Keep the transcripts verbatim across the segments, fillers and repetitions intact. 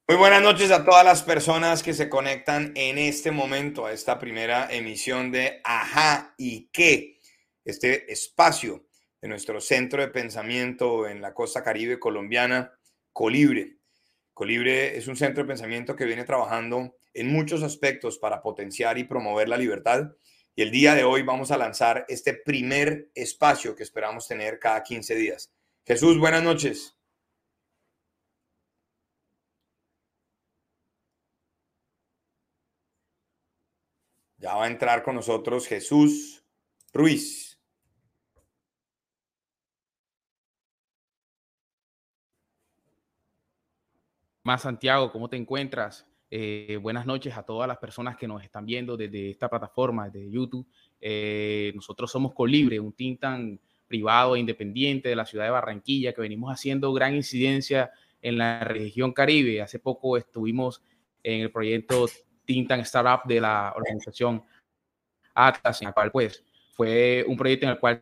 Muy buenas noches a todas las personas que se conectan en este momento a esta primera emisión de Ajá y qué, este espacio de nuestro centro de pensamiento en la costa caribe colombiana, Colibre. Colibre es un centro de pensamiento que viene trabajando en muchos aspectos para potenciar y promover la libertad. Y el día de hoy vamos a lanzar este primer espacio que esperamos tener cada quince días. Jesús, buenas noches. Ya va a entrar con nosotros Jesús Ruiz. Más Santiago, ¿cómo te encuentras? Eh, buenas noches a todas las personas que nos están viendo desde esta plataforma, desde YouTube. Eh, nosotros somos Colibre, un think tank privado e independiente de la ciudad de Barranquilla, que venimos haciendo gran incidencia en la región Caribe. Hace poco estuvimos en el proyecto Think Tank Startup de la organización Atlas, en el cual pues fue un proyecto en el cual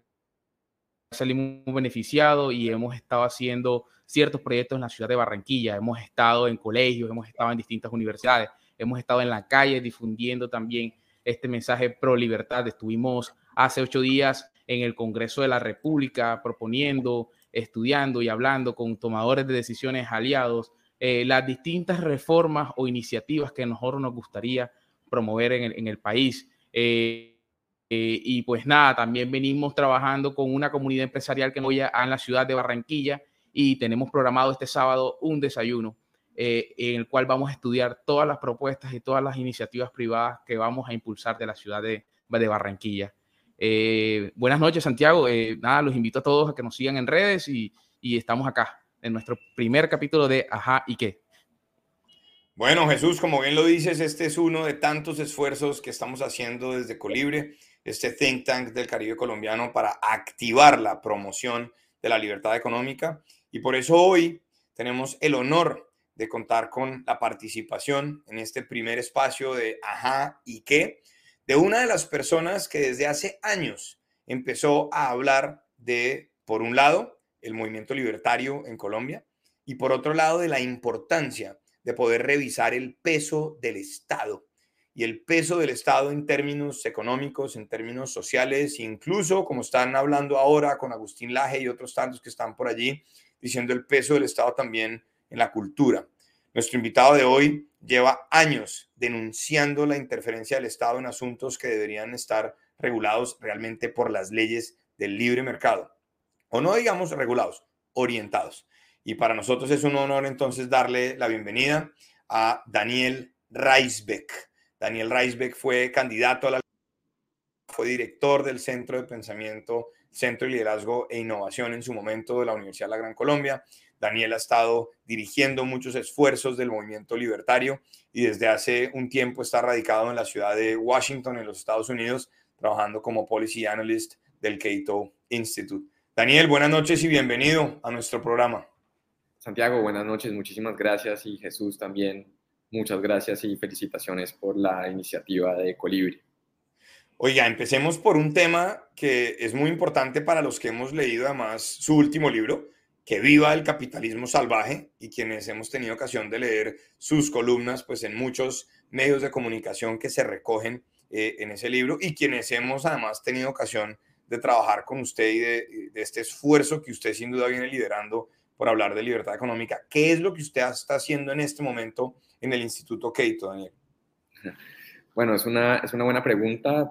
salimos beneficiados y hemos estado haciendo ciertos proyectos en la ciudad de Barranquilla. Hemos estado en colegios, hemos estado en distintas universidades, hemos estado en la calle difundiendo también este mensaje pro libertad. Estuvimos hace ocho días en el Congreso de la República proponiendo, estudiando y hablando con tomadores de decisiones aliados eh, las distintas reformas o iniciativas que a nosotros nos gustaría promover en el, en el país. Eh, eh, y pues nada, también venimos trabajando con una comunidad empresarial que nos apoya en la ciudad de Barranquilla y tenemos programado este sábado un desayuno eh, en el cual vamos a estudiar todas las propuestas y todas las iniciativas privadas que vamos a impulsar de la ciudad de, de Barranquilla. Eh, buenas noches, Santiago. Eh, nada, los invito a todos a que nos sigan en redes y, y estamos acá en nuestro primer capítulo de Ajá y qué. Bueno, Jesús, como bien lo dices, este es uno de tantos esfuerzos que estamos haciendo desde Colibre, este think tank del Caribe colombiano, para activar la promoción de la libertad económica. Y por eso hoy tenemos el honor de contar con la participación en este primer espacio de Ajá y qué, de una de las personas que desde hace años empezó a hablar de, por un lado, el movimiento libertario en Colombia y por otro lado, de la importancia de poder revisar el peso del Estado y el peso del Estado en términos económicos, en términos sociales, incluso como están hablando ahora con Agustín Laje y otros tantos que están por allí, diciendo el peso del Estado también en la cultura. Nuestro invitado de hoy lleva años denunciando la interferencia del Estado en asuntos que deberían estar regulados realmente por las leyes del libre mercado. O no digamos regulados, orientados. Y para nosotros es un honor entonces darle la bienvenida a Daniel Reisbeck. Daniel Reisbeck fue candidato a la... fue director del Centro de Pensamiento, Centro de Liderazgo e Innovación en su momento de la Universidad de la Gran Colombia. Daniel ha estado dirigiendo muchos esfuerzos del movimiento libertario y desde hace un tiempo está radicado en la ciudad de Washington, en los Estados Unidos, trabajando como Policy Analyst del Cato Institute. Daniel, buenas noches y bienvenido a nuestro programa. Santiago, buenas noches, muchísimas gracias, y Jesús también, muchas gracias y felicitaciones por la iniciativa de Colibri. Oiga, empecemos por un tema que es muy importante para los que hemos leído además su último libro, Que viva el capitalismo salvaje, y quienes hemos tenido ocasión de leer sus columnas pues en muchos medios de comunicación que se recogen eh, en ese libro, y quienes hemos además tenido ocasión de trabajar con usted y de, de este esfuerzo que usted sin duda viene liderando por hablar de libertad económica. ¿Qué es lo que usted está haciendo en este momento en el Instituto Cato, Daniel? Bueno, es una, es una buena pregunta.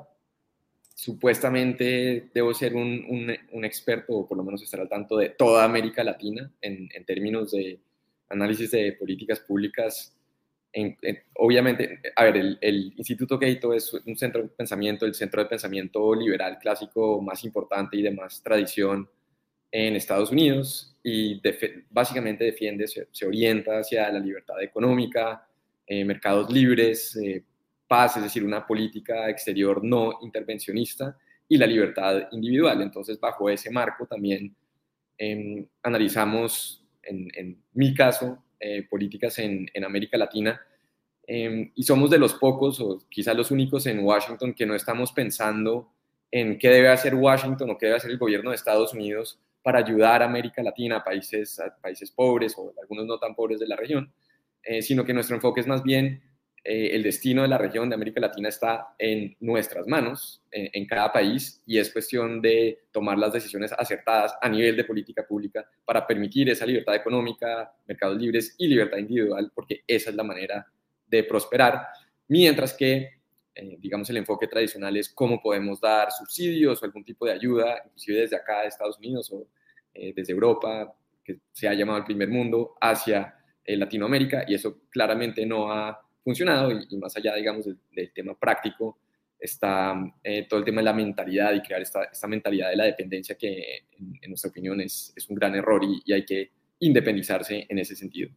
Supuestamente debo ser un, un, un experto, o por lo menos estar al tanto de toda América Latina en, en términos de análisis de políticas públicas. En, en, obviamente, a ver, el, el Instituto Cato es un centro de pensamiento, el centro de pensamiento liberal clásico más importante y de más tradición en Estados Unidos, y def- básicamente defiende, se, se, orienta hacia la libertad económica, eh, mercados libres, eh, paz, es decir, una política exterior no intervencionista, y la libertad individual. Entonces, bajo ese marco también eh, analizamos, en, en mi caso, eh, políticas en, en América Latina, eh, y somos de los pocos, o quizás los únicos en Washington, que no estamos pensando en qué debe hacer Washington o qué debe hacer el gobierno de Estados Unidos para ayudar a América Latina, a países, a países pobres o algunos no tan pobres de la región, eh, sino que nuestro enfoque es más bien eh, el destino de la región de América Latina está en nuestras manos, eh, en cada país, y es cuestión de tomar las decisiones acertadas a nivel de política pública para permitir esa libertad económica, mercados libres y libertad individual, porque esa es la manera de prosperar, mientras que Eh, digamos, el enfoque tradicional es cómo podemos dar subsidios o algún tipo de ayuda, inclusive desde acá de Estados Unidos o eh, desde Europa, que se ha llamado el primer mundo, hacia eh, Latinoamérica, y eso claramente no ha funcionado, y, y más allá, digamos, del, del tema práctico, está eh, todo el tema de la mentalidad y crear esta, esta mentalidad de la dependencia que, en, en nuestra opinión, es, es un gran error y, y hay que independizarse en ese sentido.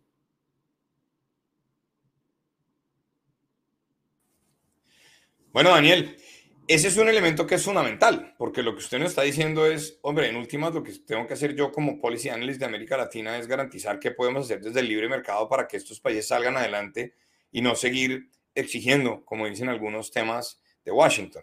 Bueno, Daniel, ese es un elemento que es fundamental, porque lo que usted nos está diciendo es, hombre, en últimas lo que tengo que hacer yo como Policy Analyst de América Latina es garantizar qué podemos hacer desde el libre mercado para que estos países salgan adelante y no seguir exigiendo, como dicen algunos temas de Washington.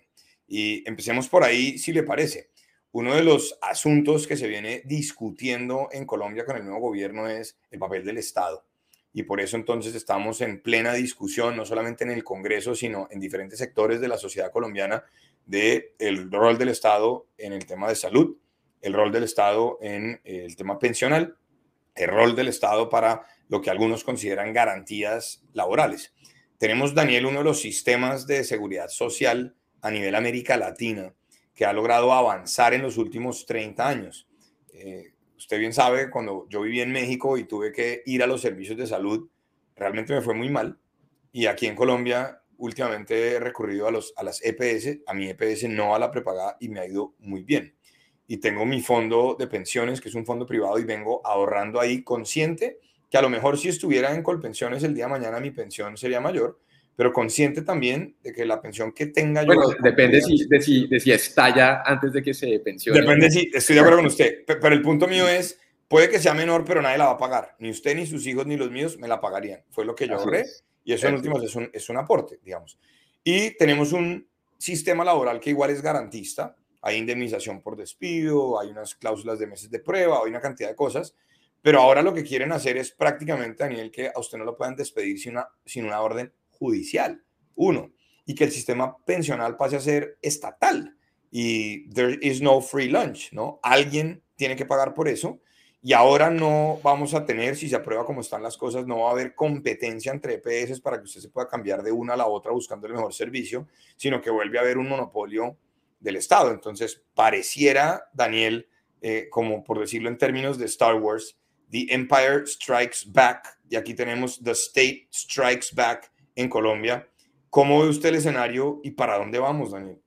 Y empecemos por ahí, si le parece. Uno de los asuntos que se viene discutiendo en Colombia con el nuevo gobierno es el papel del Estado. Y por eso entonces estamos en plena discusión, no solamente en el Congreso, sino en diferentes sectores de la sociedad colombiana, del rol del Estado en el tema de salud, el rol del Estado en el tema pensional, el rol del Estado para lo que algunos consideran garantías laborales. Tenemos, Daniel, uno de los sistemas de seguridad social a nivel América Latina que ha logrado avanzar en los últimos treinta años. Eh, Usted bien sabe, cuando yo viví en México y tuve que ir a los servicios de salud, realmente me fue muy mal. Y aquí en Colombia, últimamente he recurrido a, los, a las E P S, a mi E P S, no a la prepagada, y me ha ido muy bien. Y tengo mi fondo de pensiones, que es un fondo privado, y vengo ahorrando ahí consciente que a lo mejor si estuviera en Colpensiones el día de mañana mi pensión sería mayor, pero consciente también de que la pensión que tenga yo... Bueno, depende si, de, si, de si estalla antes de que se pensione. Depende si, estoy de acuerdo con usted, pero el punto mío es, puede que sea menor, pero nadie la va a pagar. Ni usted, ni sus hijos, ni los míos me la pagarían. Fue lo que yo ahorré, es. Y eso en últimas es un, es un aporte, digamos. Y tenemos un sistema laboral que igual es garantista. Hay indemnización por despido, hay unas cláusulas de meses de prueba, hay una cantidad de cosas. Pero ahora lo que quieren hacer es prácticamente, Daniel, que a usted no lo puedan despedir sin una, sin una orden judicial, uno, y que el sistema pensional pase a ser estatal, y there is no free lunch, ¿no? Alguien tiene que pagar por eso, y ahora no vamos a tener, si se aprueba como están las cosas, no va a haber competencia entre E P S para que usted se pueda cambiar de una a la otra buscando el mejor servicio, sino que vuelve a haber un monopolio del Estado. Entonces, pareciera, Daniel, eh, como por decirlo en términos de Star Wars, The Empire Strikes Back, y aquí tenemos The State Strikes Back en Colombia. ¿Cómo ve usted el escenario y para dónde vamos, Daniel?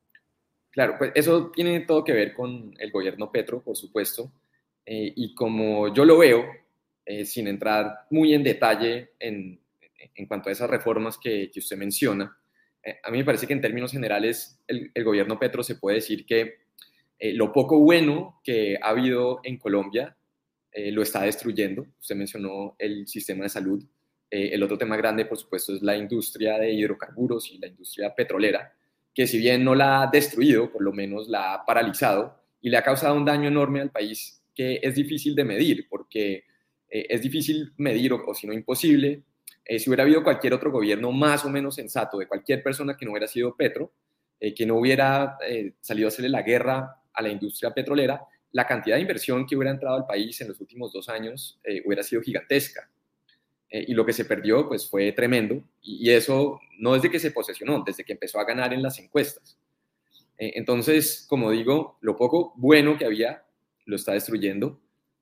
Claro, pues eso tiene todo que ver con el gobierno Petro, por supuesto, eh, y como yo lo veo, eh, sin entrar muy en detalle en, en cuanto a esas reformas que, que usted menciona, eh, a mí me parece que en términos generales el, el gobierno Petro se puede decir que eh, lo poco bueno que ha habido en Colombia eh, lo está destruyendo. Usted mencionó el sistema de salud. Eh, el otro tema grande, por supuesto, es la industria de hidrocarburos y la industria petrolera, que si bien no la ha destruido, por lo menos la ha paralizado y le ha causado un daño enorme al país que es difícil de medir, porque eh, es difícil medir, o, o si no imposible, eh, si hubiera habido cualquier otro gobierno más o menos sensato de cualquier persona que no hubiera sido Petro, eh, que no hubiera eh, salido a hacerle la guerra a la industria petrolera, la cantidad de inversión que hubiera entrado al país en los últimos dos años eh, hubiera sido gigantesca. Eh, y lo que se perdió pues fue tremendo, y, y eso no desde que se posesionó, desde que empezó a ganar en las encuestas. Eh, entonces, como digo, lo poco bueno que había lo está destruyendo.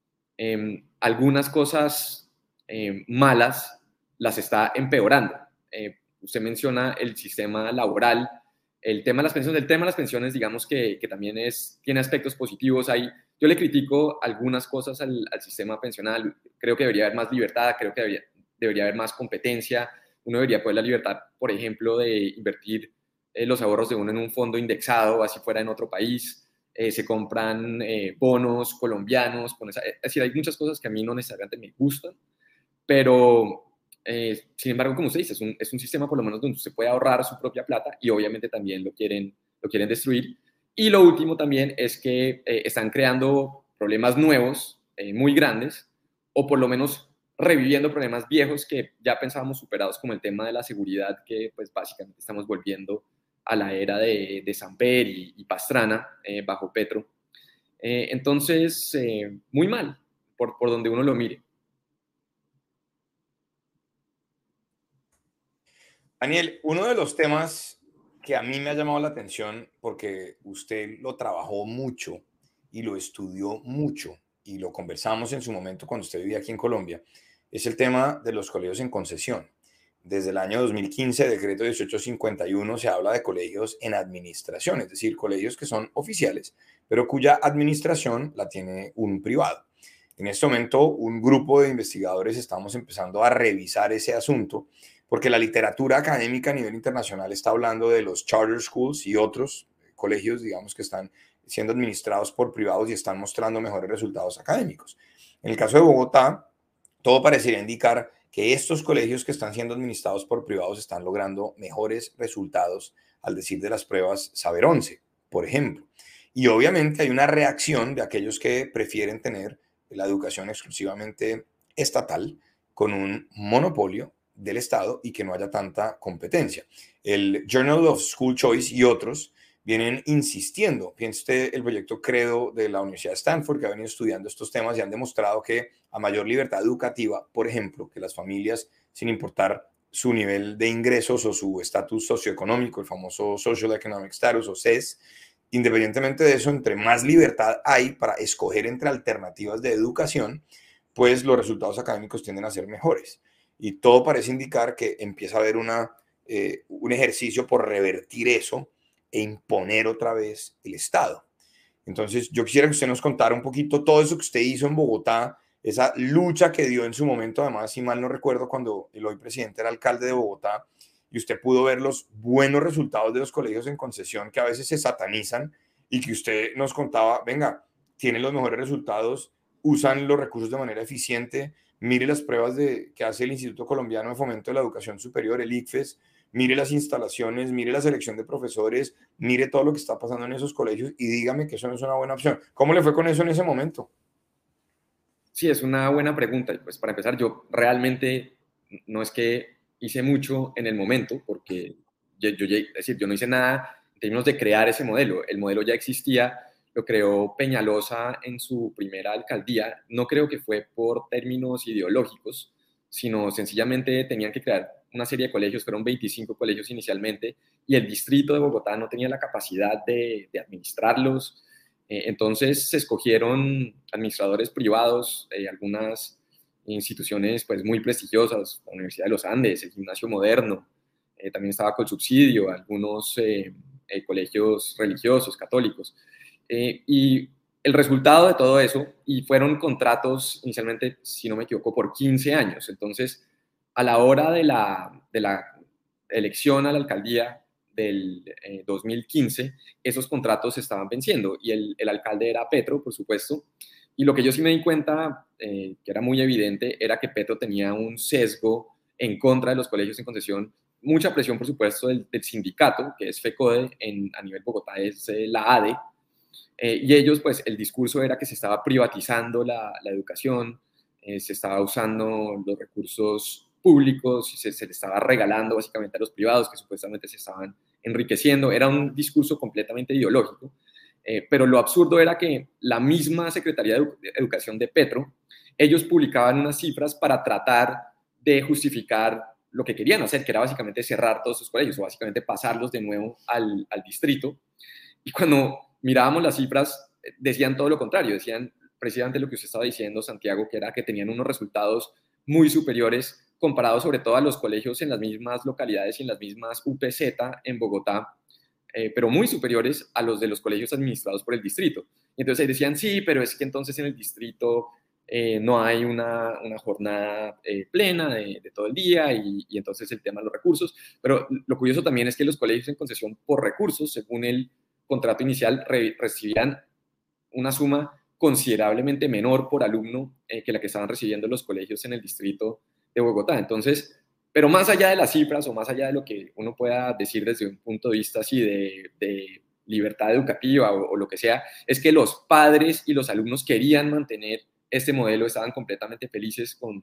Eh, algunas cosas eh, malas las está empeorando. Eh, usted menciona el sistema laboral, el tema de las pensiones, el tema de las pensiones, digamos que, que también es, tiene aspectos positivos. Ahí yo le critico algunas cosas al, al sistema pensional. Creo que debería haber más libertad, creo que debería, debería haber más competencia. Uno debería poder la libertad, por ejemplo, de invertir eh, los ahorros de uno en un fondo indexado, así fuera en otro país. Eh, se compran eh, bonos colombianos. Con esa, es decir, hay muchas cosas que a mí no necesariamente me gustan, pero eh, sin embargo, como usted dice, es un, es un sistema por lo menos donde usted puede ahorrar su propia plata, y obviamente también lo quieren, lo quieren destruir. Y lo último también es que eh, están creando problemas nuevos, eh, muy grandes, o por lo menos reviviendo problemas viejos que ya pensábamos superados, como el tema de la seguridad, que pues básicamente estamos volviendo a la era de, de Samper y, y Pastrana eh, bajo Petro. Eh, entonces, eh, muy mal, por, por donde uno lo mire. Daniel, uno de los temas que a mí me ha llamado la atención, porque usted lo trabajó mucho y lo estudió mucho, y lo conversamos en su momento cuando usted vivía aquí en Colombia, es el tema de los colegios en concesión. Desde el año dos mil quince, decreto dieciocho cincuenta y uno, se habla de colegios en administración, es decir, colegios que son oficiales, pero cuya administración la tiene un privado. En este momento, un grupo de investigadores estamos empezando a revisar ese asunto, porque la literatura académica a nivel internacional está hablando de los charter schools y otros colegios, digamos, que están siendo administrados por privados y están mostrando mejores resultados académicos. En el caso de Bogotá, todo parecería indicar que estos colegios que están siendo administrados por privados están logrando mejores resultados, al decir de las pruebas Saber once, por ejemplo. Y obviamente hay una reacción de aquellos que prefieren tener la educación exclusivamente estatal, con un monopolio del Estado y que no haya tanta competencia. El Journal of School Choice y otros vienen insistiendo. Piense usted el proyecto CREDO de la Universidad de Stanford, que ha venido estudiando estos temas y han demostrado que a mayor libertad educativa, por ejemplo, que las familias, sin importar su nivel de ingresos o su estatus socioeconómico, el famoso Social Economic Status o C E S, independientemente de eso, entre más libertad hay para escoger entre alternativas de educación, pues los resultados académicos tienden a ser mejores. Y todo parece indicar que empieza a haber una, eh, un ejercicio por revertir eso e imponer otra vez el Estado. Entonces, yo quisiera que usted nos contara un poquito todo eso que usted hizo en Bogotá, esa lucha que dio en su momento, además, si mal no recuerdo, cuando el hoy presidente era alcalde de Bogotá, y usted pudo ver los buenos resultados de los colegios en concesión que a veces se satanizan, y que usted nos contaba, venga, tienen los mejores resultados, usan los recursos de manera eficiente, mire las pruebas de, que hace el Instituto Colombiano de Fomento de la Educación Superior, el ICFES, mire las instalaciones, mire la selección de profesores, mire todo lo que está pasando en esos colegios y dígame que eso no es una buena opción. ¿Cómo le fue con eso en ese momento? Sí, es una buena pregunta. Pues para empezar, yo realmente no es que hice mucho en el momento, porque yo, yo, es decir, yo no hice nada en términos de crear ese modelo. El modelo ya existía, lo creó Peñalosa en su primera alcaldía. No creo que fue por términos ideológicos, sino sencillamente tenían que crear una serie de colegios, fueron veinticinco colegios inicialmente, y el distrito de Bogotá no tenía la capacidad de, de administrarlos. Eh, entonces se escogieron administradores privados, eh, algunas instituciones pues muy prestigiosas, la Universidad de los Andes, el Gimnasio Moderno, eh, también estaba Colsubsidio, algunos eh, eh, colegios religiosos, católicos. Eh, y el resultado de todo eso, y fueron contratos inicialmente, si no me equivoco, por quince años. Entonces, a la hora de la, de la elección a la alcaldía del eh, dos mil quince, esos contratos se estaban venciendo y el, el alcalde era Petro, por supuesto. Y lo que yo sí me di cuenta, eh, que era muy evidente, era que Petro tenía un sesgo en contra de los colegios en concesión, mucha presión, por supuesto, del, del sindicato, que es FECODE, en, a nivel Bogotá es eh, la A D E, eh, y ellos, pues, el discurso era que se estaba privatizando la, la educación, eh, se estaba usando los recursos públicos y se, se le estaba regalando básicamente a los privados que supuestamente se estaban enriqueciendo. Era un discurso completamente ideológico, eh, pero lo absurdo era que la misma Secretaría de Edu- Educación de Petro, ellos publicaban unas cifras para tratar de justificar lo que querían hacer, que era básicamente cerrar todos sus colegios o básicamente pasarlos de nuevo al, al distrito. Y cuando mirábamos las cifras, decían todo lo contrario, decían precisamente lo que usted estaba diciendo, Santiago, que era que tenían unos resultados muy superiores comparados sobre todo a los colegios en las mismas localidades y en las mismas U P Z en Bogotá, eh, pero muy superiores a los de los colegios administrados por el distrito. Y entonces ahí decían, sí, pero es que entonces en el distrito eh, no hay una, una jornada eh, plena de, de todo el día y, y entonces el tema de los recursos. Pero lo curioso también es que los colegios en concesión por recursos, según el contrato inicial, re, recibían una suma considerablemente menor por alumno eh, que la que estaban recibiendo los colegios en el distrito de Bogotá. Entonces, pero más allá de las cifras o más allá de lo que uno pueda decir desde un punto de vista así de, de libertad educativa o, o lo que sea, es que los padres y los alumnos querían mantener este modelo, estaban completamente felices con,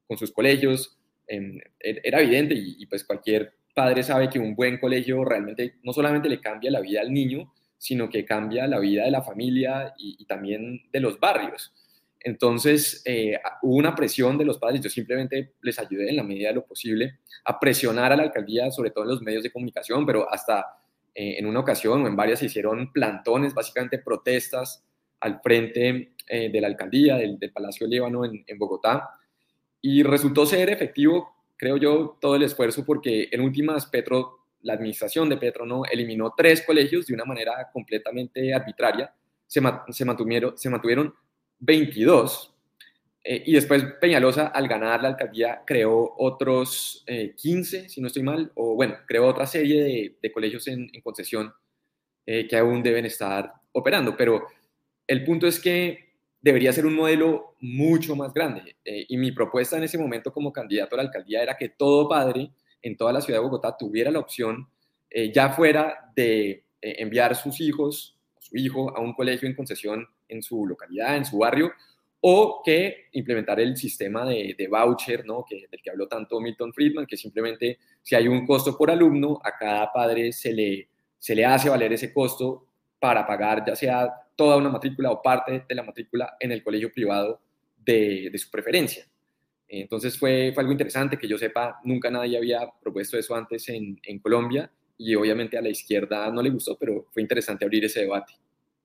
con sus colegios. Eh, era evidente y, y pues cualquier padre sabe que un buen colegio realmente no solamente le cambia la vida al niño, sino que cambia la vida de la familia y, y también de los barrios. Entonces, eh, hubo una presión de los padres. Yo simplemente les ayudé en la medida de lo posible a presionar a la alcaldía, sobre todo en los medios de comunicación, pero hasta eh, en una ocasión o en varias se hicieron plantones, básicamente protestas al frente eh, de la alcaldía, del, del Palacio Líbano en, en Bogotá, y resultó ser efectivo, creo yo, todo el esfuerzo, porque en últimas Petro, la administración de Petro, ¿no?, eliminó tres colegios de una manera completamente arbitraria. Se, se, mantuvieron, se mantuvieron veintidós, eh, y después Peñalosa, al ganar la alcaldía, creó otros eh, quince, si no estoy mal, o bueno, creó otra serie de, de colegios en, en concesión eh, que aún deben estar operando, pero el punto es que debería ser un modelo mucho más grande, eh, y mi propuesta en ese momento como candidato a la alcaldía era que todo padre en toda la ciudad de Bogotá tuviera la opción, eh, ya fuera de eh, enviar sus hijos, su hijo a un colegio en concesión en su localidad, en su barrio, o que implementar el sistema de, de voucher, ¿no?, que, del que habló tanto Milton Friedman, que simplemente si hay un costo por alumno, a cada padre se le, se le hace valer ese costo para pagar ya sea toda una matrícula o parte de la matrícula en el colegio privado de, de su preferencia. Entonces fue, fue algo interesante, que yo sepa, nunca nadie había propuesto eso antes en, en Colombia, y obviamente a la izquierda no le gustó, pero fue interesante abrir ese debate.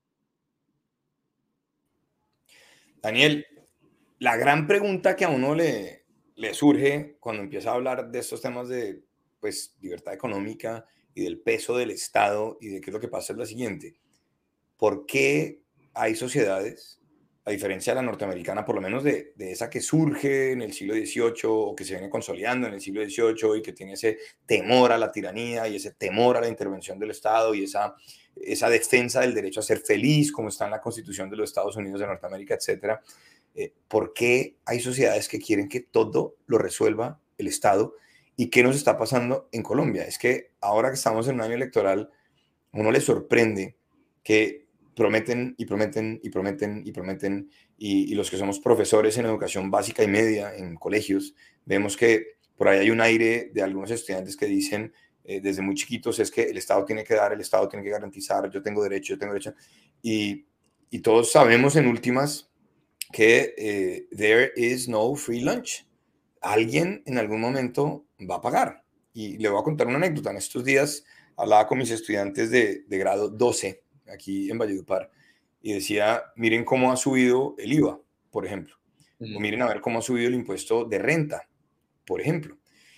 Daniel, la gran pregunta que a uno le, le surge cuando empieza a hablar de estos temas de, pues, libertad económica y del peso del Estado y de qué es lo que pasa es la siguiente: ¿por qué hay sociedades, a diferencia de la norteamericana, por lo menos de, de esa que surge en el siglo dieciocho o que se viene consolidando en el siglo dieciocho y que tiene ese temor a la tiranía y ese temor a la intervención del Estado y esa, esa defensa del derecho a ser feliz, como está en la Constitución de los Estados Unidos de Norteamérica, etcétera? Eh, ¿por qué hay sociedades que quieren que todo lo resuelva el Estado? ¿Y qué nos está pasando en Colombia? Es que ahora que estamos en un año electoral, a uno le sorprende que prometen y prometen y prometen y prometen, y, y los que somos profesores en educación básica y media en colegios, vemos que por ahí hay un aire de algunos estudiantes que dicen eh, desde muy chiquitos es que el Estado tiene que dar, el Estado tiene que garantizar, yo tengo derecho, yo tengo derecho, y, y todos sabemos en últimas que eh, there is no free lunch. Alguien en algún momento va a pagar. Y le voy a contar una anécdota. En estos días hablaba con mis estudiantes de, de grado doce aquí en Valledupar y decía, miren cómo ha subido el I V A, por ejemplo, mm. o miren a ver cómo ha subido el impuesto de renta, por ejemplo.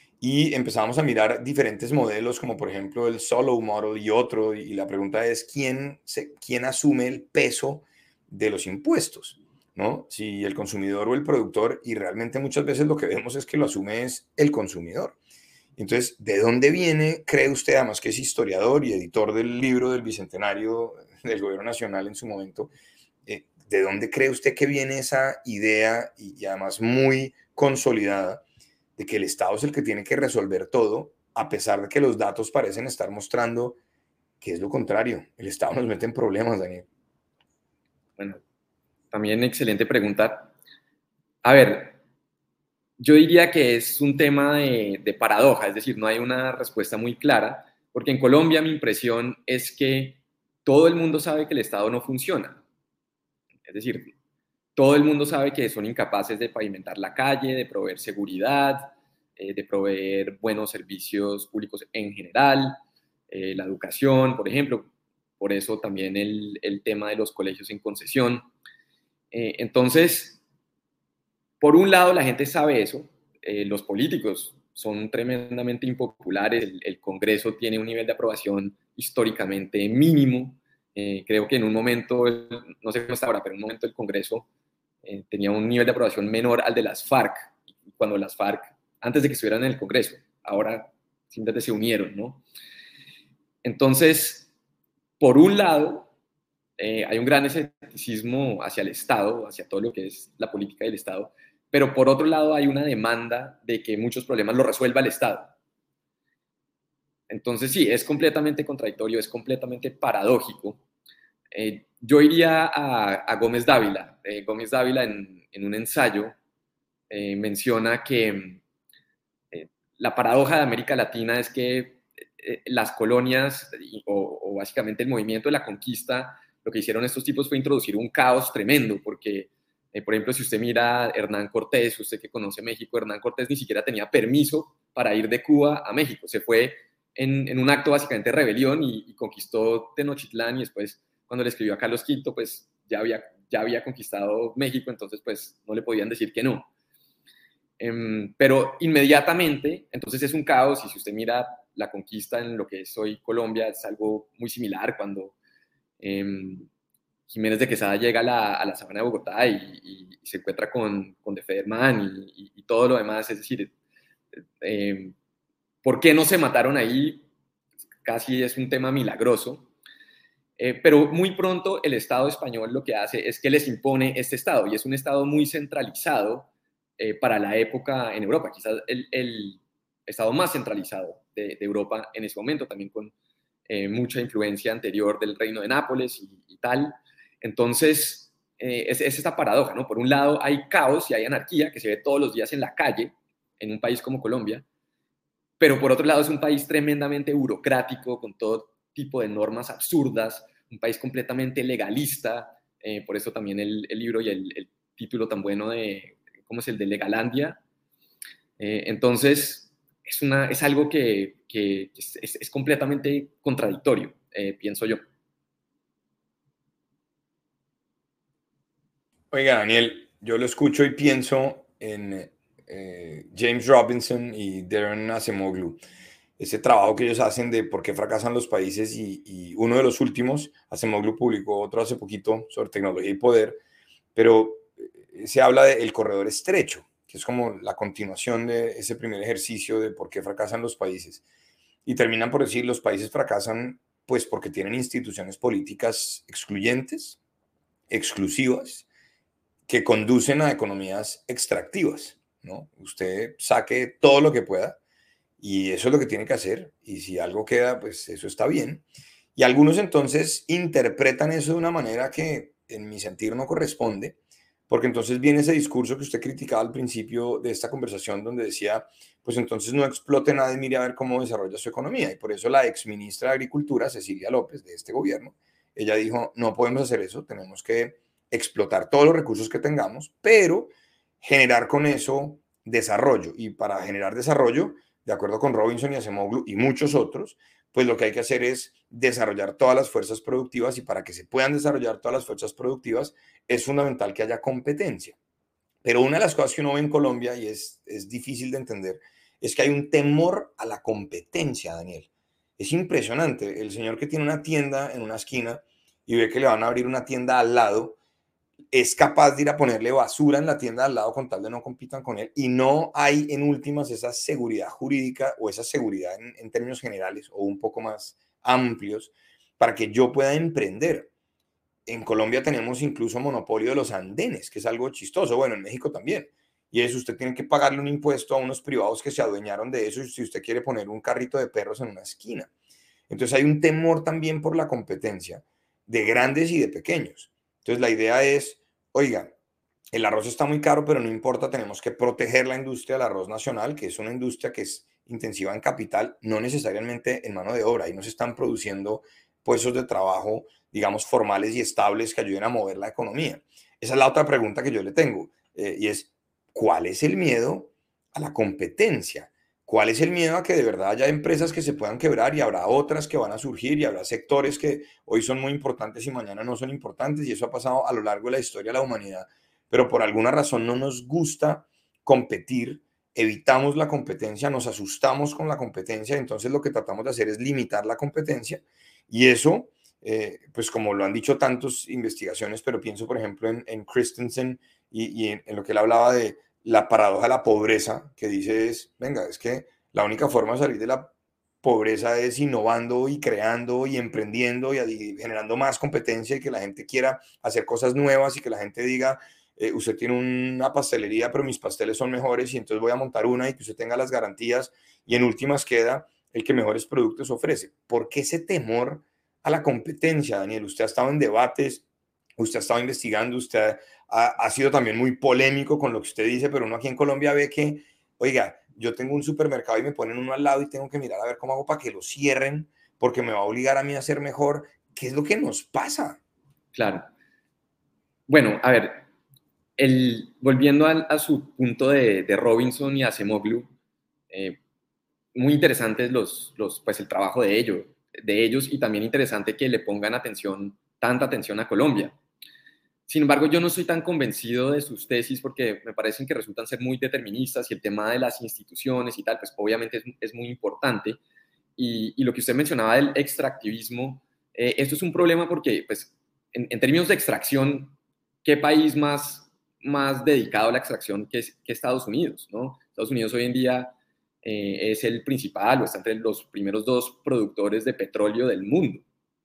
Y empezamos a mirar diferentes modelos, como por ejemplo el Solo Model y otro, y la pregunta es, ¿quién, se, quién asume el peso de los impuestos? ¿No? Si el consumidor o el productor, y realmente muchas veces lo que vemos es que lo asume es el consumidor. Entonces, ¿de dónde viene, cree usted, además que es historiador y editor del libro del Bicentenario del Gobierno Nacional en su momento, eh, ¿de dónde cree usted que viene esa idea y, y además muy consolidada de que el Estado es el que tiene que resolver todo, a pesar de que los datos parecen estar mostrando que es lo contrario? El Estado nos mete en problemas, Daniel. Bueno, también excelente pregunta. A ver, yo diría que es un tema de, de paradoja, es decir, no hay una respuesta muy clara, porque en Colombia mi impresión es que todo el mundo sabe que el Estado no funciona. Es decir, todo el mundo sabe que son incapaces de pavimentar la calle, de proveer seguridad, eh, de proveer buenos servicios públicos en general, eh, la educación, por ejemplo. Por eso también el, el tema de los colegios en concesión. Eh, entonces, por un lado, la gente sabe eso, eh, los políticos son tremendamente impopulares, el, el Congreso tiene un nivel de aprobación históricamente mínimo, eh, creo que en un momento, no sé cómo está ahora, pero en un momento el Congreso eh, tenía un nivel de aprobación menor al de las FARC, cuando las FARC, antes de que estuvieran en el Congreso, ahora simplemente se unieron, ¿no? Entonces, por un lado, eh, hay un gran escepticismo hacia el Estado, hacia todo lo que es la política del Estado, pero por otro lado hay una demanda de que muchos problemas los resuelva el Estado. Entonces sí, es completamente contradictorio, es completamente paradójico. Eh, yo iría a, a Gómez Dávila. Eh, Gómez Dávila en, en un ensayo eh, menciona que eh, la paradoja de América Latina es que eh, las colonias o, o básicamente el movimiento de la conquista, lo que hicieron estos tipos fue introducir un caos tremendo, porque, eh, por ejemplo, si usted mira a Hernán Cortés, usted que conoce México, Hernán Cortés ni siquiera tenía permiso para ir de Cuba a México. Se fue en, en un acto básicamente de rebelión y, y conquistó Tenochtitlán, y después, cuando le escribió a Carlos quinto, pues ya había, ya había conquistado México, entonces pues no le podían decir que no. Um, pero inmediatamente, entonces es un caos, y si usted mira la conquista en lo que es hoy Colombia, es algo muy similar cuando um, Jiménez de Quesada llega a la, a la sabana de Bogotá y, y, y se encuentra con, con de Federman y, y, y todo lo demás, es decir, eh, ¿por qué no se mataron ahí? Casi es un tema milagroso. Eh, pero muy pronto el Estado español lo que hace es que les impone este Estado, y es un Estado muy centralizado eh, para la época en Europa, quizás el, el Estado más centralizado de, de Europa en ese momento, también con eh, mucha influencia anterior del Reino de Nápoles y, y tal. Entonces, eh, es, es esta paradoja, ¿no? Por un lado hay caos y hay anarquía que se ve todos los días en la calle, en un país como Colombia, pero por otro lado es un país tremendamente burocrático, con todo tipo de normas absurdas, un país completamente legalista, eh, por eso también el, el libro y el, el título tan bueno de, ¿cómo es el de Legalandia? Eh, entonces, es, una, es algo que, que es, es, completamente contradictorio, eh, pienso yo. Oiga, Daniel, yo lo escucho y pienso en eh, James Robinson y Darren Acemoglu. Ese trabajo que ellos hacen de por qué fracasan los países, y, y uno de los últimos, Acemoglu publicó otro hace poquito sobre tecnología y poder, pero se habla del corredor estrecho, que es como la continuación de ese primer ejercicio de por qué fracasan los países. Y terminan por decir, los países fracasan pues porque tienen instituciones políticas excluyentes, exclusivas, que conducen a economías extractivas, ¿no? Usted saque todo lo que pueda, y eso es lo que tiene que hacer, y si algo queda, pues eso está bien. Y algunos entonces interpretan eso de una manera que en mi sentir no corresponde, porque entonces viene ese discurso que usted criticaba al principio de esta conversación, donde decía, pues entonces no explote nada y mire a ver cómo desarrolla su economía. Y por eso la exministra de Agricultura, Cecilia López, de este gobierno, ella dijo, no podemos hacer eso, tenemos que explotar todos los recursos que tengamos, pero generar con eso desarrollo. Y para generar desarrollo, de acuerdo con Robinson y Acemoglu y muchos otros, pues lo que hay que hacer es desarrollar todas las fuerzas productivas, y para que se puedan desarrollar todas las fuerzas productivas es fundamental que haya competencia. Pero una de las cosas que uno ve en Colombia, y es, es difícil de entender, es que hay un temor a la competencia, Daniel. Es impresionante. El señor que tiene una tienda en una esquina y ve que le van a abrir una tienda al lado, es capaz de ir a ponerle basura en la tienda al lado con tal de no compitan con él, y no hay en últimas esa seguridad jurídica o esa seguridad en, en términos generales o un poco más amplios para que yo pueda emprender. En Colombia tenemos incluso monopolio de los andenes, que es algo chistoso. Bueno, en México también. Y eso, usted tiene que pagarle un impuesto a unos privados que se adueñaron de eso si usted quiere poner un carrito de perros en una esquina. Entonces hay un temor también por la competencia de grandes y de pequeños. Entonces la idea es, oiga, el arroz está muy caro, pero no importa, tenemos que proteger la industria del arroz nacional, que es una industria que es intensiva en capital, no necesariamente en mano de obra. Ahí no se están produciendo puestos de trabajo, digamos, formales y estables que ayuden a mover la economía. Esa es la otra pregunta que yo le tengo, eh, y es, ¿cuál es el miedo a la competencia? ¿Cuál es el miedo a que de verdad haya empresas que se puedan quebrar, y habrá otras que van a surgir, y habrá sectores que hoy son muy importantes y mañana no son importantes? Y eso ha pasado a lo largo de la historia de la humanidad, pero por alguna razón no nos gusta competir, evitamos la competencia, nos asustamos con la competencia, entonces lo que tratamos de hacer es limitar la competencia, y eso, eh, pues como lo han dicho tantas investigaciones, pero pienso por ejemplo en, en Christensen y, y en, en lo que él hablaba de la paradoja de la pobreza, que dice es, venga, es que la única forma de salir de la pobreza es innovando y creando y emprendiendo y, y generando más competencia, y que la gente quiera hacer cosas nuevas, y que la gente diga, eh, usted tiene una pastelería, pero mis pasteles son mejores, y entonces voy a montar una, y que usted tenga las garantías, y en últimas queda el que mejores productos ofrece. ¿Por qué ese temor a la competencia, Daniel? Usted ha estado en debates, usted ha estado investigando, usted ha, ha sido también muy polémico con lo que usted dice, pero uno aquí en Colombia ve que, oiga, yo tengo un supermercado y me ponen uno al lado y tengo que mirar a ver cómo hago para que lo cierren, porque me va a obligar a mí a ser mejor. ¿Qué es lo que nos pasa? Claro. Bueno, a ver, el, volviendo a, a su punto de, de Robinson y Acemoglu, eh, muy interesantes los, los, pues el trabajo de ellos, de ellos y también interesante que le pongan atención, tanta atención a Colombia. Sin embargo, yo no soy tan convencido de sus tesis porque me parecen que resultan ser muy deterministas y el tema de las instituciones y tal, pues obviamente es, es muy importante. Y, y lo que usted mencionaba del extractivismo, eh, esto es un problema porque, pues, en, en términos de extracción, ¿qué país más, más dedicado a la extracción que, es, que Estados Unidos, ¿no? Estados Unidos hoy en día eh, es el principal o está entre los primeros dos productores de petróleo del mundo.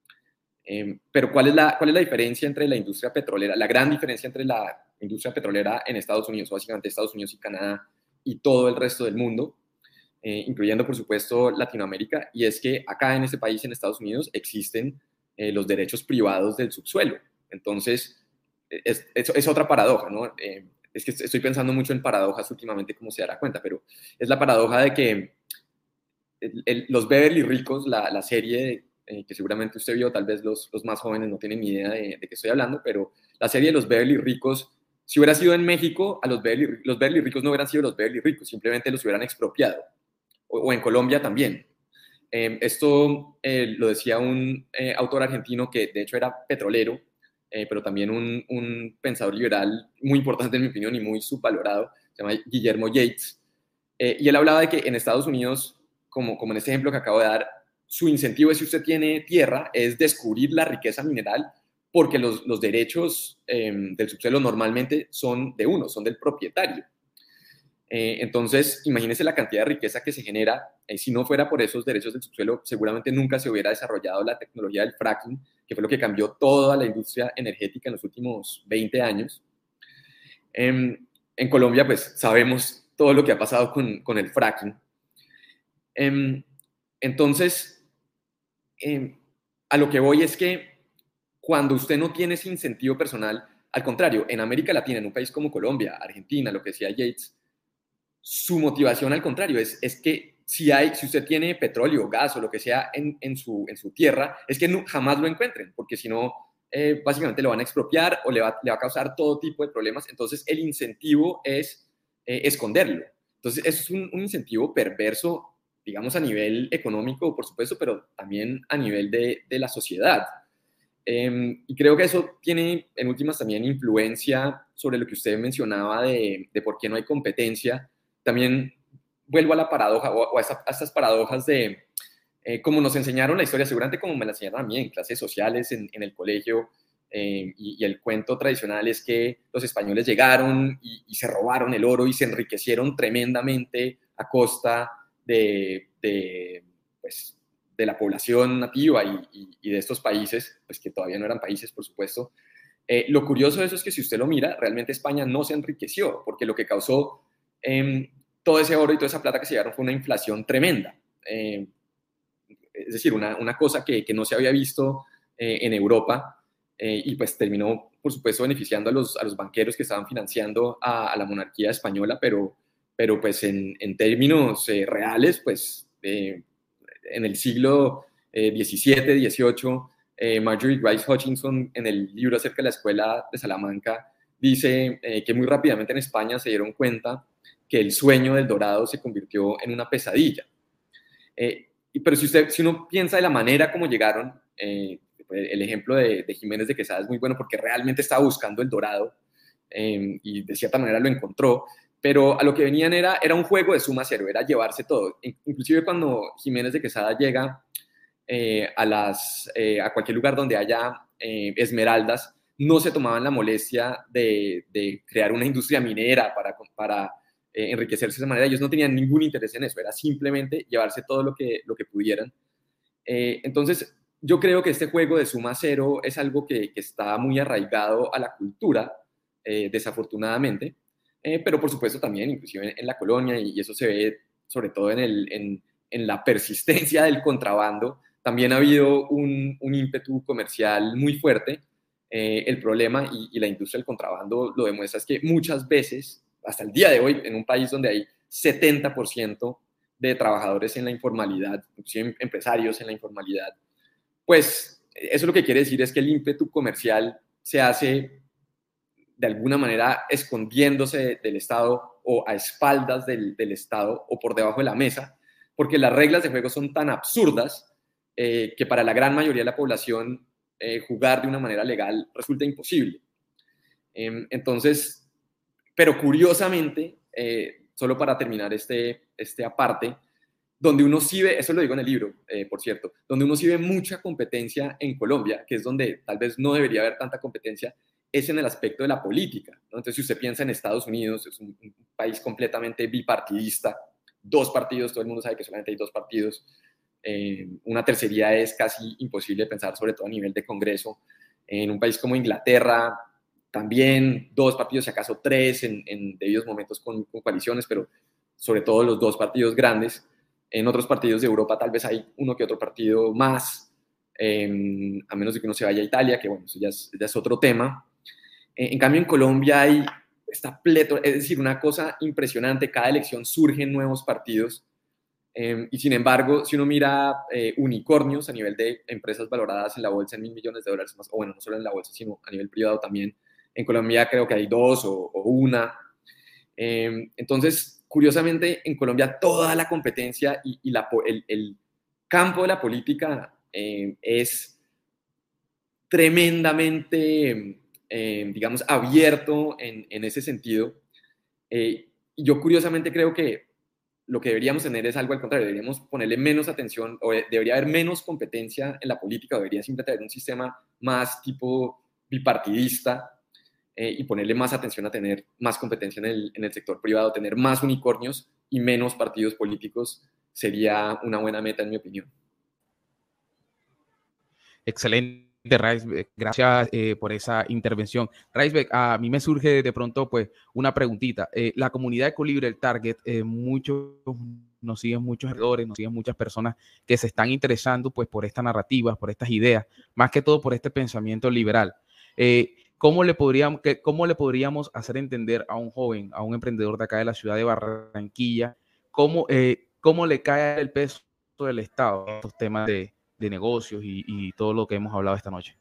Eh, pero ¿cuál es, la, ¿cuál es la diferencia entre la industria petrolera? La gran diferencia entre la industria petrolera en Estados Unidos, básicamente Estados Unidos y Canadá y todo el resto del mundo, eh, incluyendo por supuesto Latinoamérica, y es que acá en este país, en Estados Unidos, existen eh, los derechos privados del subsuelo. Entonces, es, es, es otra paradoja, ¿no? Eh, es que estoy pensando mucho en paradojas últimamente, como se dará cuenta, pero es la paradoja de que el, el, los Beverly Ricos, la, la serie de, Eh, que seguramente usted vio, tal vez los, los más jóvenes no tienen ni idea de, de qué estoy hablando, pero la serie de los Beverly Ricos, si hubiera sido en México, a los Beverly, los Beverly Ricos no hubieran sido los Beverly Ricos, simplemente los hubieran expropiado, o, o en Colombia también. Eh, esto eh, lo decía un eh, autor argentino que de hecho era petrolero, eh, pero también un, un pensador liberal muy importante en mi opinión y muy subvalorado, se llama Guillermo Yates, eh, y él hablaba de que en Estados Unidos, como, como en este ejemplo que acabo de dar, su incentivo es, si usted tiene tierra, es descubrir la riqueza mineral porque los, los derechos eh, del subsuelo normalmente son de uno, son del propietario. Eh, entonces, imagínese la cantidad de riqueza que se genera. Eh, si no fuera por esos derechos del subsuelo, seguramente nunca se hubiera desarrollado la tecnología del fracking, que fue lo que cambió toda la industria energética en los últimos veinte años. Eh, en Colombia, pues, sabemos todo lo que ha pasado con, con el fracking. Eh, entonces, Eh, a lo que voy es que cuando usted no tiene ese incentivo personal, al contrario, en América Latina, en un país como Colombia, Argentina, lo que decía Yates, su motivación al contrario es, es que si, hay, si usted tiene petróleo, gas o lo que sea en, en, su, en su tierra, es que no, jamás lo encuentren, porque si no, eh, básicamente lo van a expropiar o le va, le va a causar todo tipo de problemas. Entonces, el incentivo es eh, esconderlo. Entonces, es un, un incentivo perverso, digamos, a nivel económico, por supuesto, pero también a nivel de, de la sociedad. Eh, y creo que eso tiene, en últimas, también influencia sobre lo que usted mencionaba de, de por qué no hay competencia. También vuelvo a la paradoja, o, o a, esta, a estas paradojas de eh, como nos enseñaron la historia, seguramente como me la enseñaron a mí en clases sociales, en, en el colegio, eh, y, y el cuento tradicional es que los españoles llegaron y, y se robaron el oro y se enriquecieron tremendamente a costa de, de, pues, de la población nativa y, y, y de estos países, pues que todavía no eran países, por supuesto. Eh, lo curioso de eso es que si usted lo mira, realmente España no se enriqueció, porque lo que causó eh, todo ese oro y toda esa plata que se llevaron fue una inflación tremenda. Eh, es decir, una, una cosa que, que no se había visto eh, en Europa, eh, y pues terminó, por supuesto, beneficiando a los, a los banqueros que estaban financiando a, a la monarquía española, pero pero pues en, en términos eh, reales, pues eh, en el siglo eh, diecisiete, dieciocho, eh, Marjorie Grice Hutchinson, en el libro acerca de la escuela de Salamanca, dice eh, que muy rápidamente en España se dieron cuenta que el sueño del dorado se convirtió en una pesadilla. Eh, pero si, usted, si uno piensa de la manera como llegaron, eh, el ejemplo de, de Jiménez de Quesada es muy bueno porque realmente estaba buscando el dorado eh, y de cierta manera lo encontró, pero a lo que venían era, era un juego de suma cero, era llevarse todo. Inclusive cuando Jiménez de Quesada llega eh, a, las, eh, a cualquier lugar donde haya eh, esmeraldas, no se tomaban la molestia de, de crear una industria minera para, para eh, enriquecerse de esa manera. Ellos no tenían ningún interés en eso, era simplemente llevarse todo lo que, lo que pudieran. Eh, entonces, yo creo que este juego de suma cero es algo que, que está muy arraigado a la cultura, eh, desafortunadamente. Eh, pero por supuesto también, inclusive en, en la colonia, y, y eso se ve sobre todo en, el, en, en la persistencia del contrabando, también ha habido un, un ímpetu comercial muy fuerte, Eh, el problema, y, y la industria del contrabando lo demuestra, es que muchas veces, hasta el día de hoy, en un país donde hay setenta por ciento de trabajadores en la informalidad, inclusive empresarios en la informalidad, pues eso lo que quiere decir es que el ímpetu comercial se hace de alguna manera escondiéndose del Estado o a espaldas del, del Estado o por debajo de la mesa, porque las reglas de juego son tan absurdas eh, que para la gran mayoría de la población eh, jugar de una manera legal resulta imposible. Eh, entonces, pero curiosamente, eh, solo para terminar este, este aparte, donde uno sí ve, eso lo digo en el libro, eh, por cierto, donde uno sí ve mucha competencia en Colombia, que es donde tal vez no debería haber tanta competencia, es en el aspecto de la política, ¿no? Entonces, si usted piensa en Estados Unidos, es un, un país completamente bipartidista, dos partidos, todo el mundo sabe que solamente hay dos partidos, eh, una tercería es casi imposible pensar, sobre todo a nivel de Congreso. En un país como Inglaterra, también dos partidos, si acaso tres, en, en debidos momentos con, con coaliciones, pero sobre todo los dos partidos grandes. En otros partidos de Europa tal vez hay uno que otro partido más, eh, a menos de que uno se vaya a Italia, que bueno, eso ya es, ya es otro tema. Eh, en cambio, en Colombia hay esta plétora, es decir, una cosa impresionante, cada elección surgen nuevos partidos, eh, y sin embargo, si uno mira eh, unicornios a nivel de empresas valoradas en la bolsa en mil millones de dólares, más, o bueno, no solo en la bolsa, sino a nivel privado también, en Colombia creo que hay dos o, o una. Eh, entonces, curiosamente, en Colombia toda la competencia y, y la, el, el campo de la política eh, es tremendamente, eh, digamos, abierto en, en ese sentido. Eh, y yo curiosamente creo que lo que deberíamos tener es algo al contrario, deberíamos ponerle menos atención, o debería haber menos competencia en la política, o debería simplemente haber un sistema más tipo bipartidista, eh, y ponerle más atención a tener más competencia en el, en el sector privado, tener más unicornios y menos partidos políticos sería una buena meta, en mi opinión. Excelente, Raisbeck. Gracias eh, por esa intervención. Raisbeck, a mí me surge de pronto pues una preguntita. Eh, la comunidad de Colibre, el Target, eh, muchos nos siguen muchos seguidores, nos siguen muchas personas que se están interesando pues por estas narrativas, por estas ideas, más que todo por este pensamiento liberal. Eh, ¿cómo le podríamos, que, cómo le podríamos hacer entender a un joven, a un emprendedor de acá de la ciudad de Barranquilla, cómo, eh, cómo le cae el peso del Estado a estos temas de de negocios y, y todo lo que hemos hablado esta noche?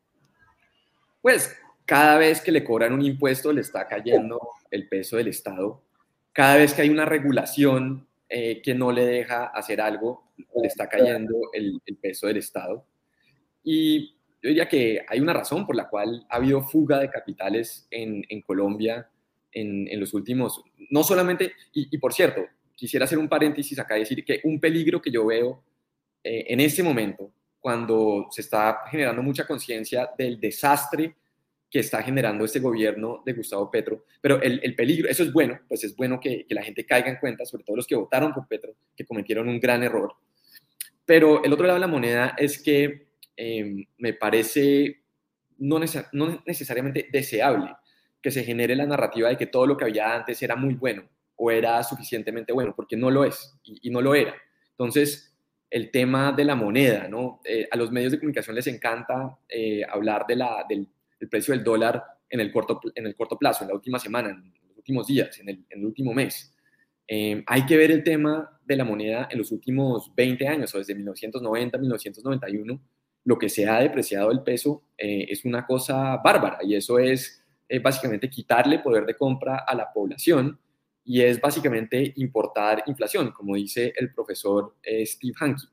Pues cada vez que le cobran un impuesto le está cayendo el peso del Estado. Cada vez que hay una regulación eh, que no le deja hacer algo, le está cayendo el, el peso del Estado. Y yo diría que hay una razón por la cual ha habido fuga de capitales en, en Colombia en, en los últimos, no solamente, y, y por cierto, quisiera hacer un paréntesis acá y decir que un peligro que yo veo Eh, en este momento, cuando se está generando mucha conciencia del desastre que está generando este gobierno de Gustavo Petro, pero el, el peligro, eso es bueno, pues es bueno que, que la gente caiga en cuenta, sobre todo los que votaron por Petro, que cometieron un gran error. Pero el otro lado de la moneda es que eh, me parece no, neces no necesariamente deseable que se genere la narrativa de que todo lo que había antes era muy bueno o era suficientemente bueno, porque no lo es y, y no lo era. Entonces, el tema de la moneda, ¿no? Eh, a los medios de comunicación les encanta eh, hablar de la, del, del precio del dólar en el, corto, en el corto plazo, en la última semana, en los últimos días, en el, en el último mes. Eh, hay que ver el tema de la moneda en los últimos veinte años, o desde mil novecientos noventa, mil novecientos noventa y uno, lo que se ha depreciado el peso eh, es una cosa bárbara, y eso es eh, básicamente quitarle poder de compra a la población, y es básicamente importar inflación, como dice el profesor eh, Steve Hanke.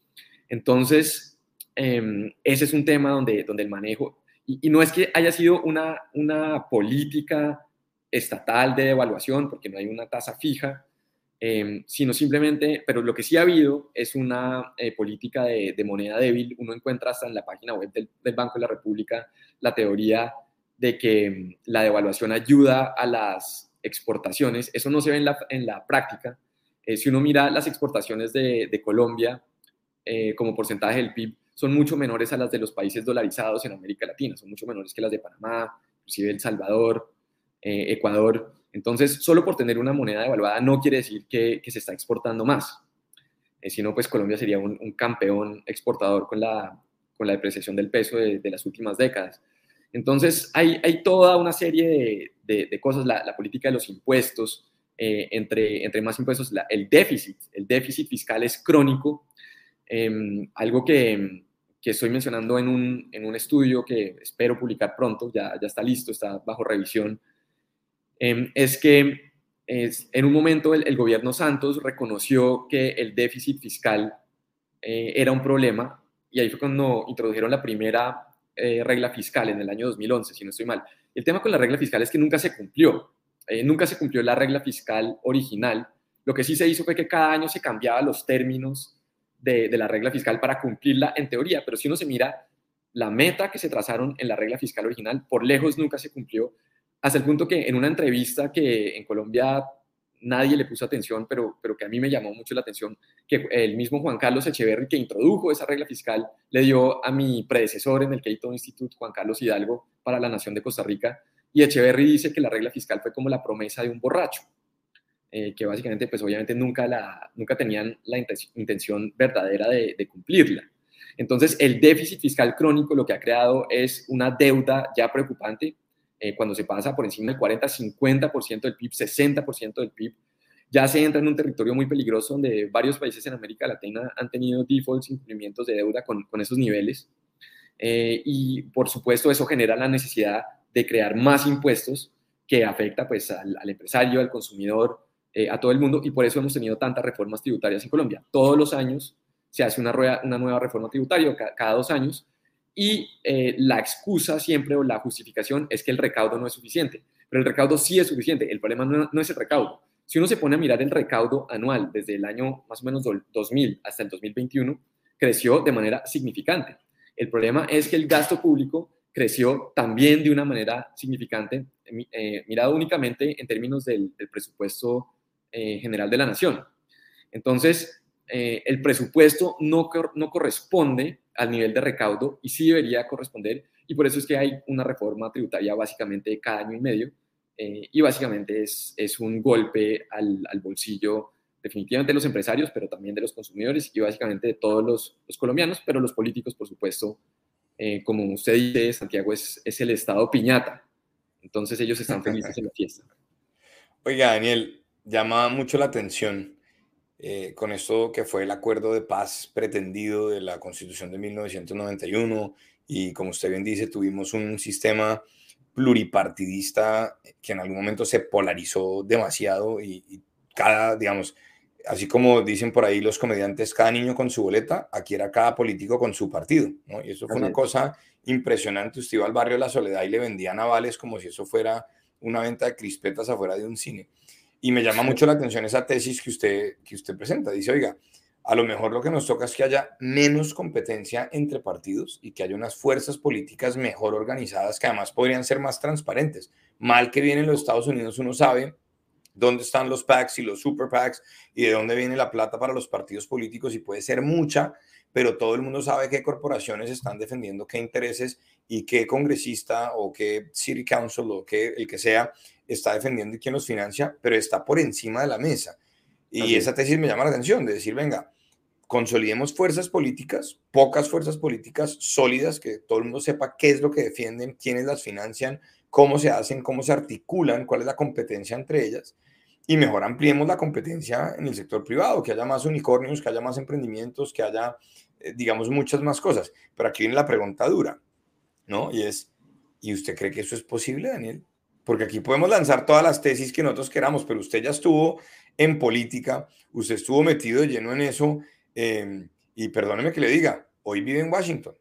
Entonces, eh, ese es un tema donde, donde el manejo, y, y no es que haya sido una, una política estatal de devaluación, porque no hay una tasa fija, eh, sino simplemente, pero lo que sí ha habido es una eh, política de, de moneda débil. Uno encuentra hasta en la página web del, del Banco de la República la teoría de que la devaluación ayuda a las exportaciones. Eso no se ve en la, en la práctica. Eh, si uno mira las exportaciones de, de Colombia eh, como porcentaje del P I B, son mucho menores a las de los países dolarizados en América Latina, son mucho menores que las de Panamá, inclusive El Salvador, eh, Ecuador. Entonces, solo por tener una moneda devaluada no quiere decir que, que se está exportando más, eh, sino pues Colombia sería un, un campeón exportador con la, con la depreciación del peso de, de las últimas décadas. Entonces, hay, hay toda una serie de, de, de cosas, la, la política de los impuestos, eh, entre, entre más impuestos, la, el déficit, el déficit fiscal es crónico, eh, algo que, que estoy mencionando en un, en un estudio que espero publicar pronto, ya, ya está listo, está bajo revisión, eh, es que es, en un momento el, el gobierno Santos reconoció que el déficit fiscal eh, era un problema, y ahí fue cuando introdujeron la primera eh, regla fiscal en el año dos mil once, si no estoy mal. El tema con la regla fiscal es que nunca se cumplió, eh, nunca se cumplió la regla fiscal original. Lo que sí se hizo fue que cada año se cambiaban los términos de, de la regla fiscal para cumplirla en teoría, pero si uno se mira la meta que se trazaron en la regla fiscal original, por lejos nunca se cumplió, hasta el punto que en una entrevista que en Colombia nadie le puso atención, pero, pero que a mí me llamó mucho la atención, que el mismo Juan Carlos Echeverry, que introdujo esa regla fiscal, le dio a mi predecesor en el Cato Institute, Juan Carlos Hidalgo, para la Nación de Costa Rica, y Echeverry dice que la regla fiscal fue como la promesa de un borracho, eh, que básicamente, pues obviamente nunca, la, nunca tenían la intención verdadera de, de cumplirla. Entonces, el déficit fiscal crónico lo que ha creado es una deuda ya preocupante. Eh, cuando se pasa por encima del cuarenta, cincuenta por ciento del P I B, sesenta por ciento del P I B, ya se entra en un territorio muy peligroso donde varios países en América Latina han tenido defaults, incumplimientos de deuda con, con esos niveles. Eh, y, por supuesto, eso genera la necesidad de crear más impuestos que afecta pues, al, al empresario, al consumidor, eh, a todo el mundo, y por eso hemos tenido tantas reformas tributarias en Colombia. Todos los años se hace una, rueda, una nueva reforma tributaria, cada, cada dos años, y eh, la excusa siempre o la justificación es que el recaudo no es suficiente, pero el recaudo sí es suficiente, el problema no, no es el recaudo. Si uno se pone a mirar el recaudo anual desde el año más o menos dos mil hasta el dos mil veintiuno, creció de manera significante. El problema es que el gasto público creció también de una manera significante, eh, mirado únicamente en términos del, del presupuesto eh, general de la nación. Entonces, eh, el presupuesto no, no corresponde al nivel de recaudo y sí debería corresponder, y por eso es que hay una reforma tributaria básicamente cada año y medio, eh, y básicamente es, es un golpe al, al bolsillo definitivamente de los empresarios, pero también de los consumidores y básicamente de todos los, los colombianos, pero los políticos, por supuesto, eh, como usted dice, Santiago, es, es el estado piñata, entonces ellos están felices en la fiesta. Oiga, Daniel, llama mucho la atención Eh, con esto que fue el acuerdo de paz pretendido de la Constitución de mil novecientos noventa y uno, y como usted bien dice, tuvimos un sistema pluripartidista que en algún momento se polarizó demasiado y, y cada, digamos, así como dicen por ahí los comediantes, cada niño con su boleta, aquí era cada político con su partido, ¿no? Y eso fue una cosa impresionante. Usted iba al barrio de La Soledad y le vendían avales como si eso fuera una venta de crispetas afuera de un cine. Y me llama mucho la atención esa tesis que usted, que usted presenta. Dice, oiga, a lo mejor lo que nos toca es que haya menos competencia entre partidos y que haya unas fuerzas políticas mejor organizadas que además podrían ser más transparentes. Mal que viene en los Estados Unidos, uno sabe dónde están los PACs y los super PACs y de dónde viene la plata para los partidos políticos, y puede ser mucha, pero todo el mundo sabe qué corporaciones están defendiendo qué intereses y qué congresista o qué city council o qué, el que sea, está defendiendo y quién los financia, pero está por encima de la mesa. Y okay. Esa tesis me llama la atención, de decir, venga, consolidemos fuerzas políticas, pocas fuerzas políticas sólidas, que todo el mundo sepa qué es lo que defienden, quiénes las financian, cómo se hacen, cómo se articulan, cuál es la competencia entre ellas, y mejor ampliemos la competencia en el sector privado, que haya más unicornios, que haya más emprendimientos, que haya, eh, digamos, muchas más cosas. Pero aquí viene la pregunta dura, ¿no? Y es, ¿y usted cree que eso es posible, Daniel? Porque aquí podemos lanzar todas las tesis que nosotros queramos, pero usted ya estuvo en política, usted estuvo metido de lleno en eso, eh, y perdóneme que le diga, hoy vive en Washington.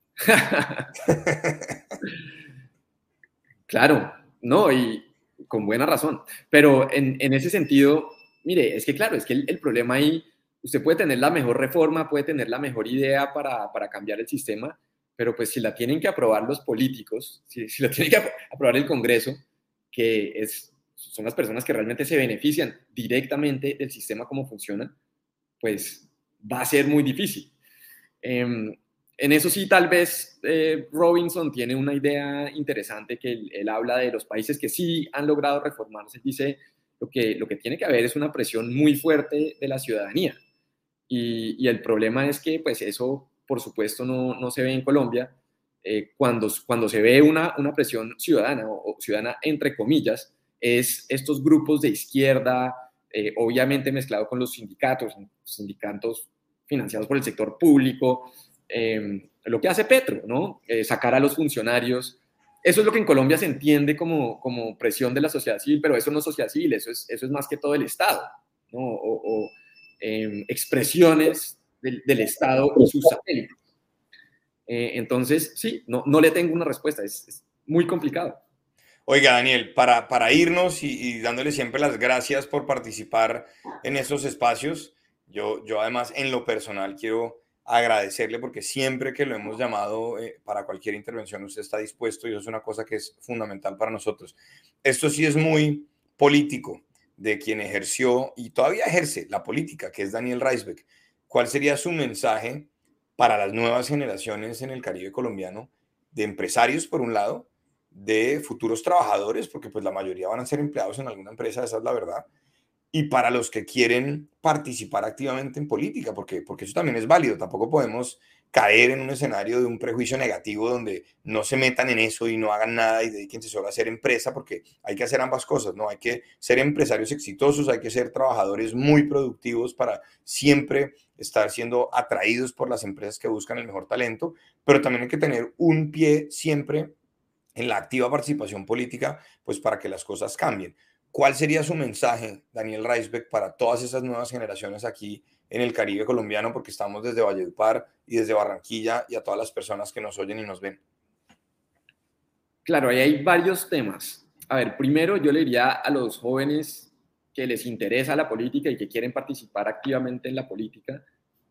Claro, no, y con buena razón. Pero en, en ese sentido, mire, es que claro, es que el, el problema ahí, usted puede tener la mejor reforma, puede tener la mejor idea para, para cambiar el sistema, pero pues si la tienen que aprobar los políticos, si, si la tiene que aprobar el Congreso, que es, son las personas que realmente se benefician directamente del sistema como funciona, pues va a ser muy difícil. Eh, en eso sí, tal vez eh, Robinson tiene una idea interesante, que él, él habla de los países que sí han logrado reformarse. Dice, lo que, lo que tiene que haber es una presión muy fuerte de la ciudadanía. Y, y el problema es que pues eso, por supuesto, no, no se ve en Colombia. eh, cuando, cuando se ve una, una presión ciudadana, o, o ciudadana entre comillas, es estos grupos de izquierda, eh, obviamente mezclado con los sindicatos, sindicatos financiados por el sector público, eh, lo que hace Petro, ¿no? Eh, sacar a los funcionarios. Eso es lo que en Colombia se entiende como, como presión de la sociedad civil, pero eso no es sociedad civil, eso es, eso es más que todo el Estado, ¿no? O, o eh, expresiones del, del Estado y sus satélites. Eh, entonces, sí, no, no le tengo una respuesta, es, es muy complicado. Oiga, Daniel, para, para irnos y, y dándole siempre las gracias por participar en estos espacios, yo, yo además en lo personal quiero agradecerle porque siempre que lo hemos llamado eh, para cualquier intervención usted está dispuesto y eso es una cosa que es fundamental para nosotros. Esto sí es muy político de quien ejerció y todavía ejerce la política, que es Daniel Risbeck. ¿Cuál sería su mensaje para las nuevas generaciones en el Caribe colombiano de empresarios por un lado, de futuros trabajadores, porque pues la mayoría van a ser empleados en alguna empresa, esa es la verdad, y para los que quieren participar activamente en política, porque, porque eso también es válido, tampoco podemos caer en un escenario de un prejuicio negativo donde no se metan en eso y no hagan nada y dedíquense solo a hacer empresa, porque hay que hacer ambas cosas, ¿no? Hay que ser empresarios exitosos, hay que ser trabajadores muy productivos para siempre estar siendo atraídos por las empresas que buscan el mejor talento, pero también hay que tener un pie siempre en la activa participación política, pues para que las cosas cambien. ¿Cuál sería su mensaje, Daniel Risbeck, para todas esas nuevas generaciones aquí en el Caribe colombiano? Porque estamos desde Valledupar y desde Barranquilla y a todas las personas que nos oyen y nos ven. Claro, ahí hay varios temas. A ver, primero yo le diría a los jóvenes que les interesa la política y que quieren participar activamente en la política,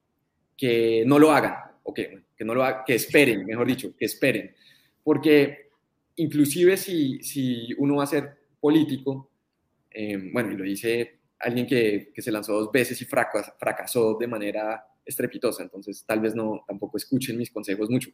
que no lo hagan, o que, que, no lo hagan, que esperen, mejor dicho, que esperen. Porque inclusive si, si uno va a ser político, Eh, bueno, y lo dice alguien que, que se lanzó dos veces y fracasó, fracasó de manera estrepitosa, entonces tal vez no, tampoco escuchen mis consejos mucho,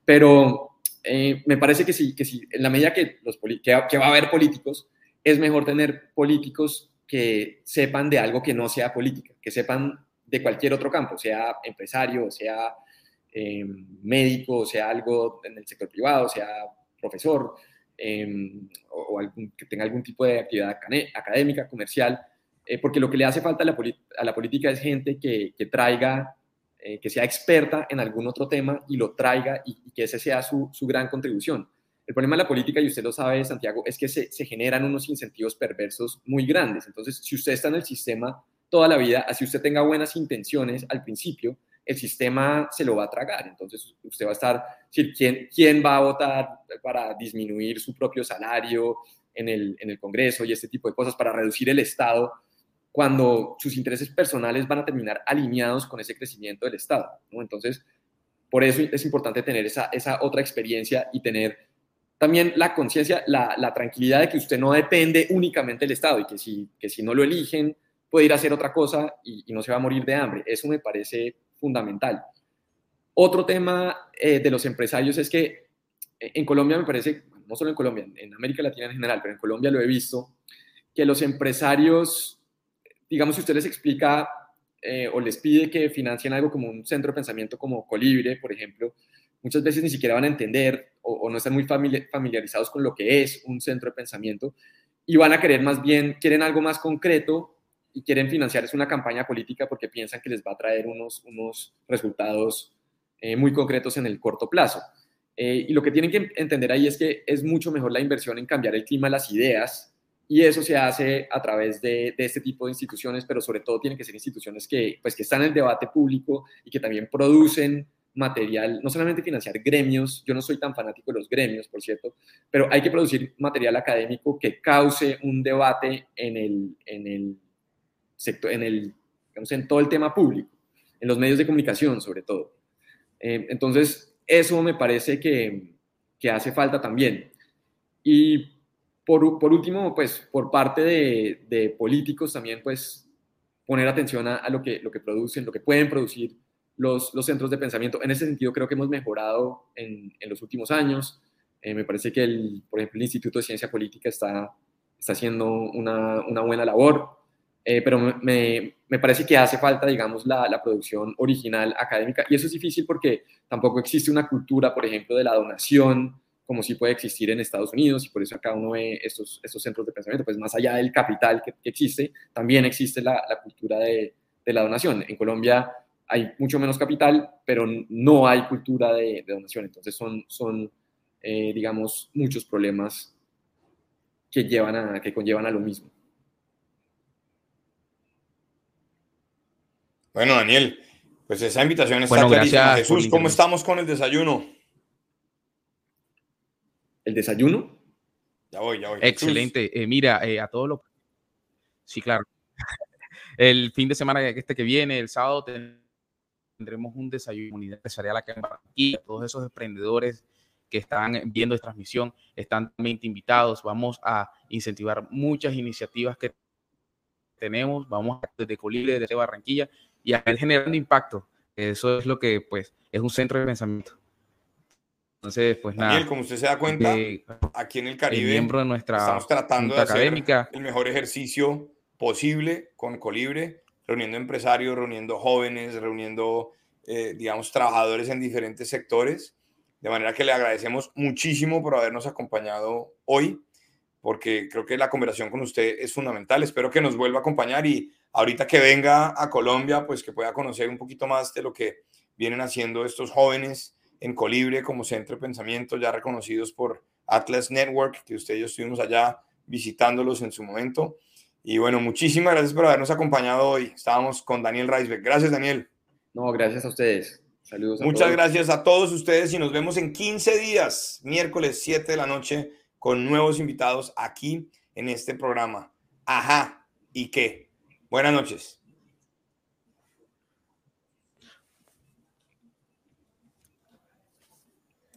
pero eh, me parece que sí, que sí, en la medida que, los que, que va a haber políticos, es mejor tener políticos que sepan de algo que no sea política, que sepan de cualquier otro campo, sea empresario, sea eh, médico, sea algo en el sector privado, sea profesor, Eh, o, o algún, que tenga algún tipo de actividad académica, comercial, eh, porque lo que le hace falta a la, a la política es gente que, que traiga, eh, que sea experta en algún otro tema y lo traiga y, y que esa sea su, su gran contribución. El problema de la política, y usted lo sabe, Santiago, es que se, se generan unos incentivos perversos muy grandes. Entonces, si usted está en el sistema toda la vida, así usted tenga buenas intenciones al principio, el sistema se lo va a tragar. Entonces usted va a estar, ¿quién, quién va a votar para disminuir su propio salario en el, en el Congreso y este tipo de cosas, para reducir el Estado, cuando sus intereses personales van a terminar alineados con ese crecimiento del Estado, ¿no? Entonces, por eso es importante tener esa, esa otra experiencia y tener también la conciencia, la, la tranquilidad de que usted no depende únicamente del Estado y que si, que si no lo eligen, puede ir a hacer otra cosa y, y no se va a morir de hambre. Eso me parece fundamental. Otro tema eh, de los empresarios es que en Colombia me parece, no solo en Colombia, en América Latina en general, pero en Colombia lo he visto, que los empresarios, digamos, si usted les explica eh, o les pide que financien algo como un centro de pensamiento como Colibre, por ejemplo, muchas veces ni siquiera van a entender o, o no están muy familiarizados con lo que es un centro de pensamiento y van a querer más bien, quieren algo más concreto y quieren financiar es una campaña política porque piensan que les va a traer unos, unos resultados eh, muy concretos en el corto plazo. Eh, y lo que tienen que entender ahí es que es mucho mejor la inversión en cambiar el clima de las ideas y eso se hace a través de, de este tipo de instituciones, pero sobre todo tienen que ser instituciones que, pues, que están en el debate público y que también producen material, no solamente financiar gremios, yo no soy tan fanático de los gremios, por cierto, pero hay que producir material académico que cause un debate en el, en el sector, en, el, digamos, en todo el tema público, en los medios de comunicación sobre todo. Eh, entonces, eso me parece que, que hace falta también. Y por, por último, pues por parte de, de políticos también, pues poner atención a, a lo, que, lo que producen, lo que pueden producir los, los centros de pensamiento. En ese sentido creo que hemos mejorado en, en los últimos años. Eh, me parece que, el, por ejemplo, el Instituto de Ciencia Política está, está haciendo una, una buena labor. Eh, pero me, me parece que hace falta, digamos, la, la producción original académica, y eso es difícil porque tampoco existe una cultura, por ejemplo, de la donación, como sí puede existir en Estados Unidos, y por eso acá uno ve estos, estos centros de pensamiento, pues más allá del capital que, que existe, también existe la, la cultura de, de la donación. En Colombia hay mucho menos capital, pero no hay cultura de, de donación, entonces son, son eh, digamos, muchos problemas que, llevan a, que conllevan a lo mismo. Bueno, Daniel, pues esa invitación está Bueno, clarísima. gracias por Jesús, la ¿cómo intervención. estamos con el desayuno? ¿El desayuno? Ya voy, ya voy. Jesús. Excelente. Eh, mira, eh, a todos los... Sí, claro. El fin de semana este que viene, el sábado, tendremos un desayuno comunidad empresarial acá en Barranquilla. Todos esos emprendedores que están viendo esta transmisión están también invitados. Vamos a incentivar muchas iniciativas que tenemos. Vamos desde Colibri, desde Barranquilla, y a ir generando impacto. Eso es lo que, pues, es un centro de pensamiento. Entonces, pues Daniel, nada. como usted se da cuenta, Eh, aquí en el el Caribe miembro de nuestra estamos tratando de junta hacer académica. el mejor ejercicio posible con Colibri, reuniendo empresarios, reuniendo jóvenes, reuniendo, eh, digamos, trabajadores en diferentes sectores. De manera que le agradecemos muchísimo por habernos acompañado hoy, porque creo que la conversación con usted es fundamental. Espero que nos vuelva a acompañar y ahorita que venga a Colombia, pues que pueda conocer un poquito más de lo que vienen haciendo estos jóvenes en Colibri como centro de pensamiento, ya reconocidos por Atlas Network, que usted y yo estuvimos allá visitándolos en su momento. Y bueno, muchísimas gracias por habernos acompañado hoy. Estábamos con Daniel Reisbeck. Gracias, Daniel. No, gracias a ustedes. Saludos a Muchas todos. gracias a todos ustedes y nos vemos en quince días, miércoles siete de la noche, con nuevos invitados aquí en este programa. Ajá, ¿y qué? Buenas noches.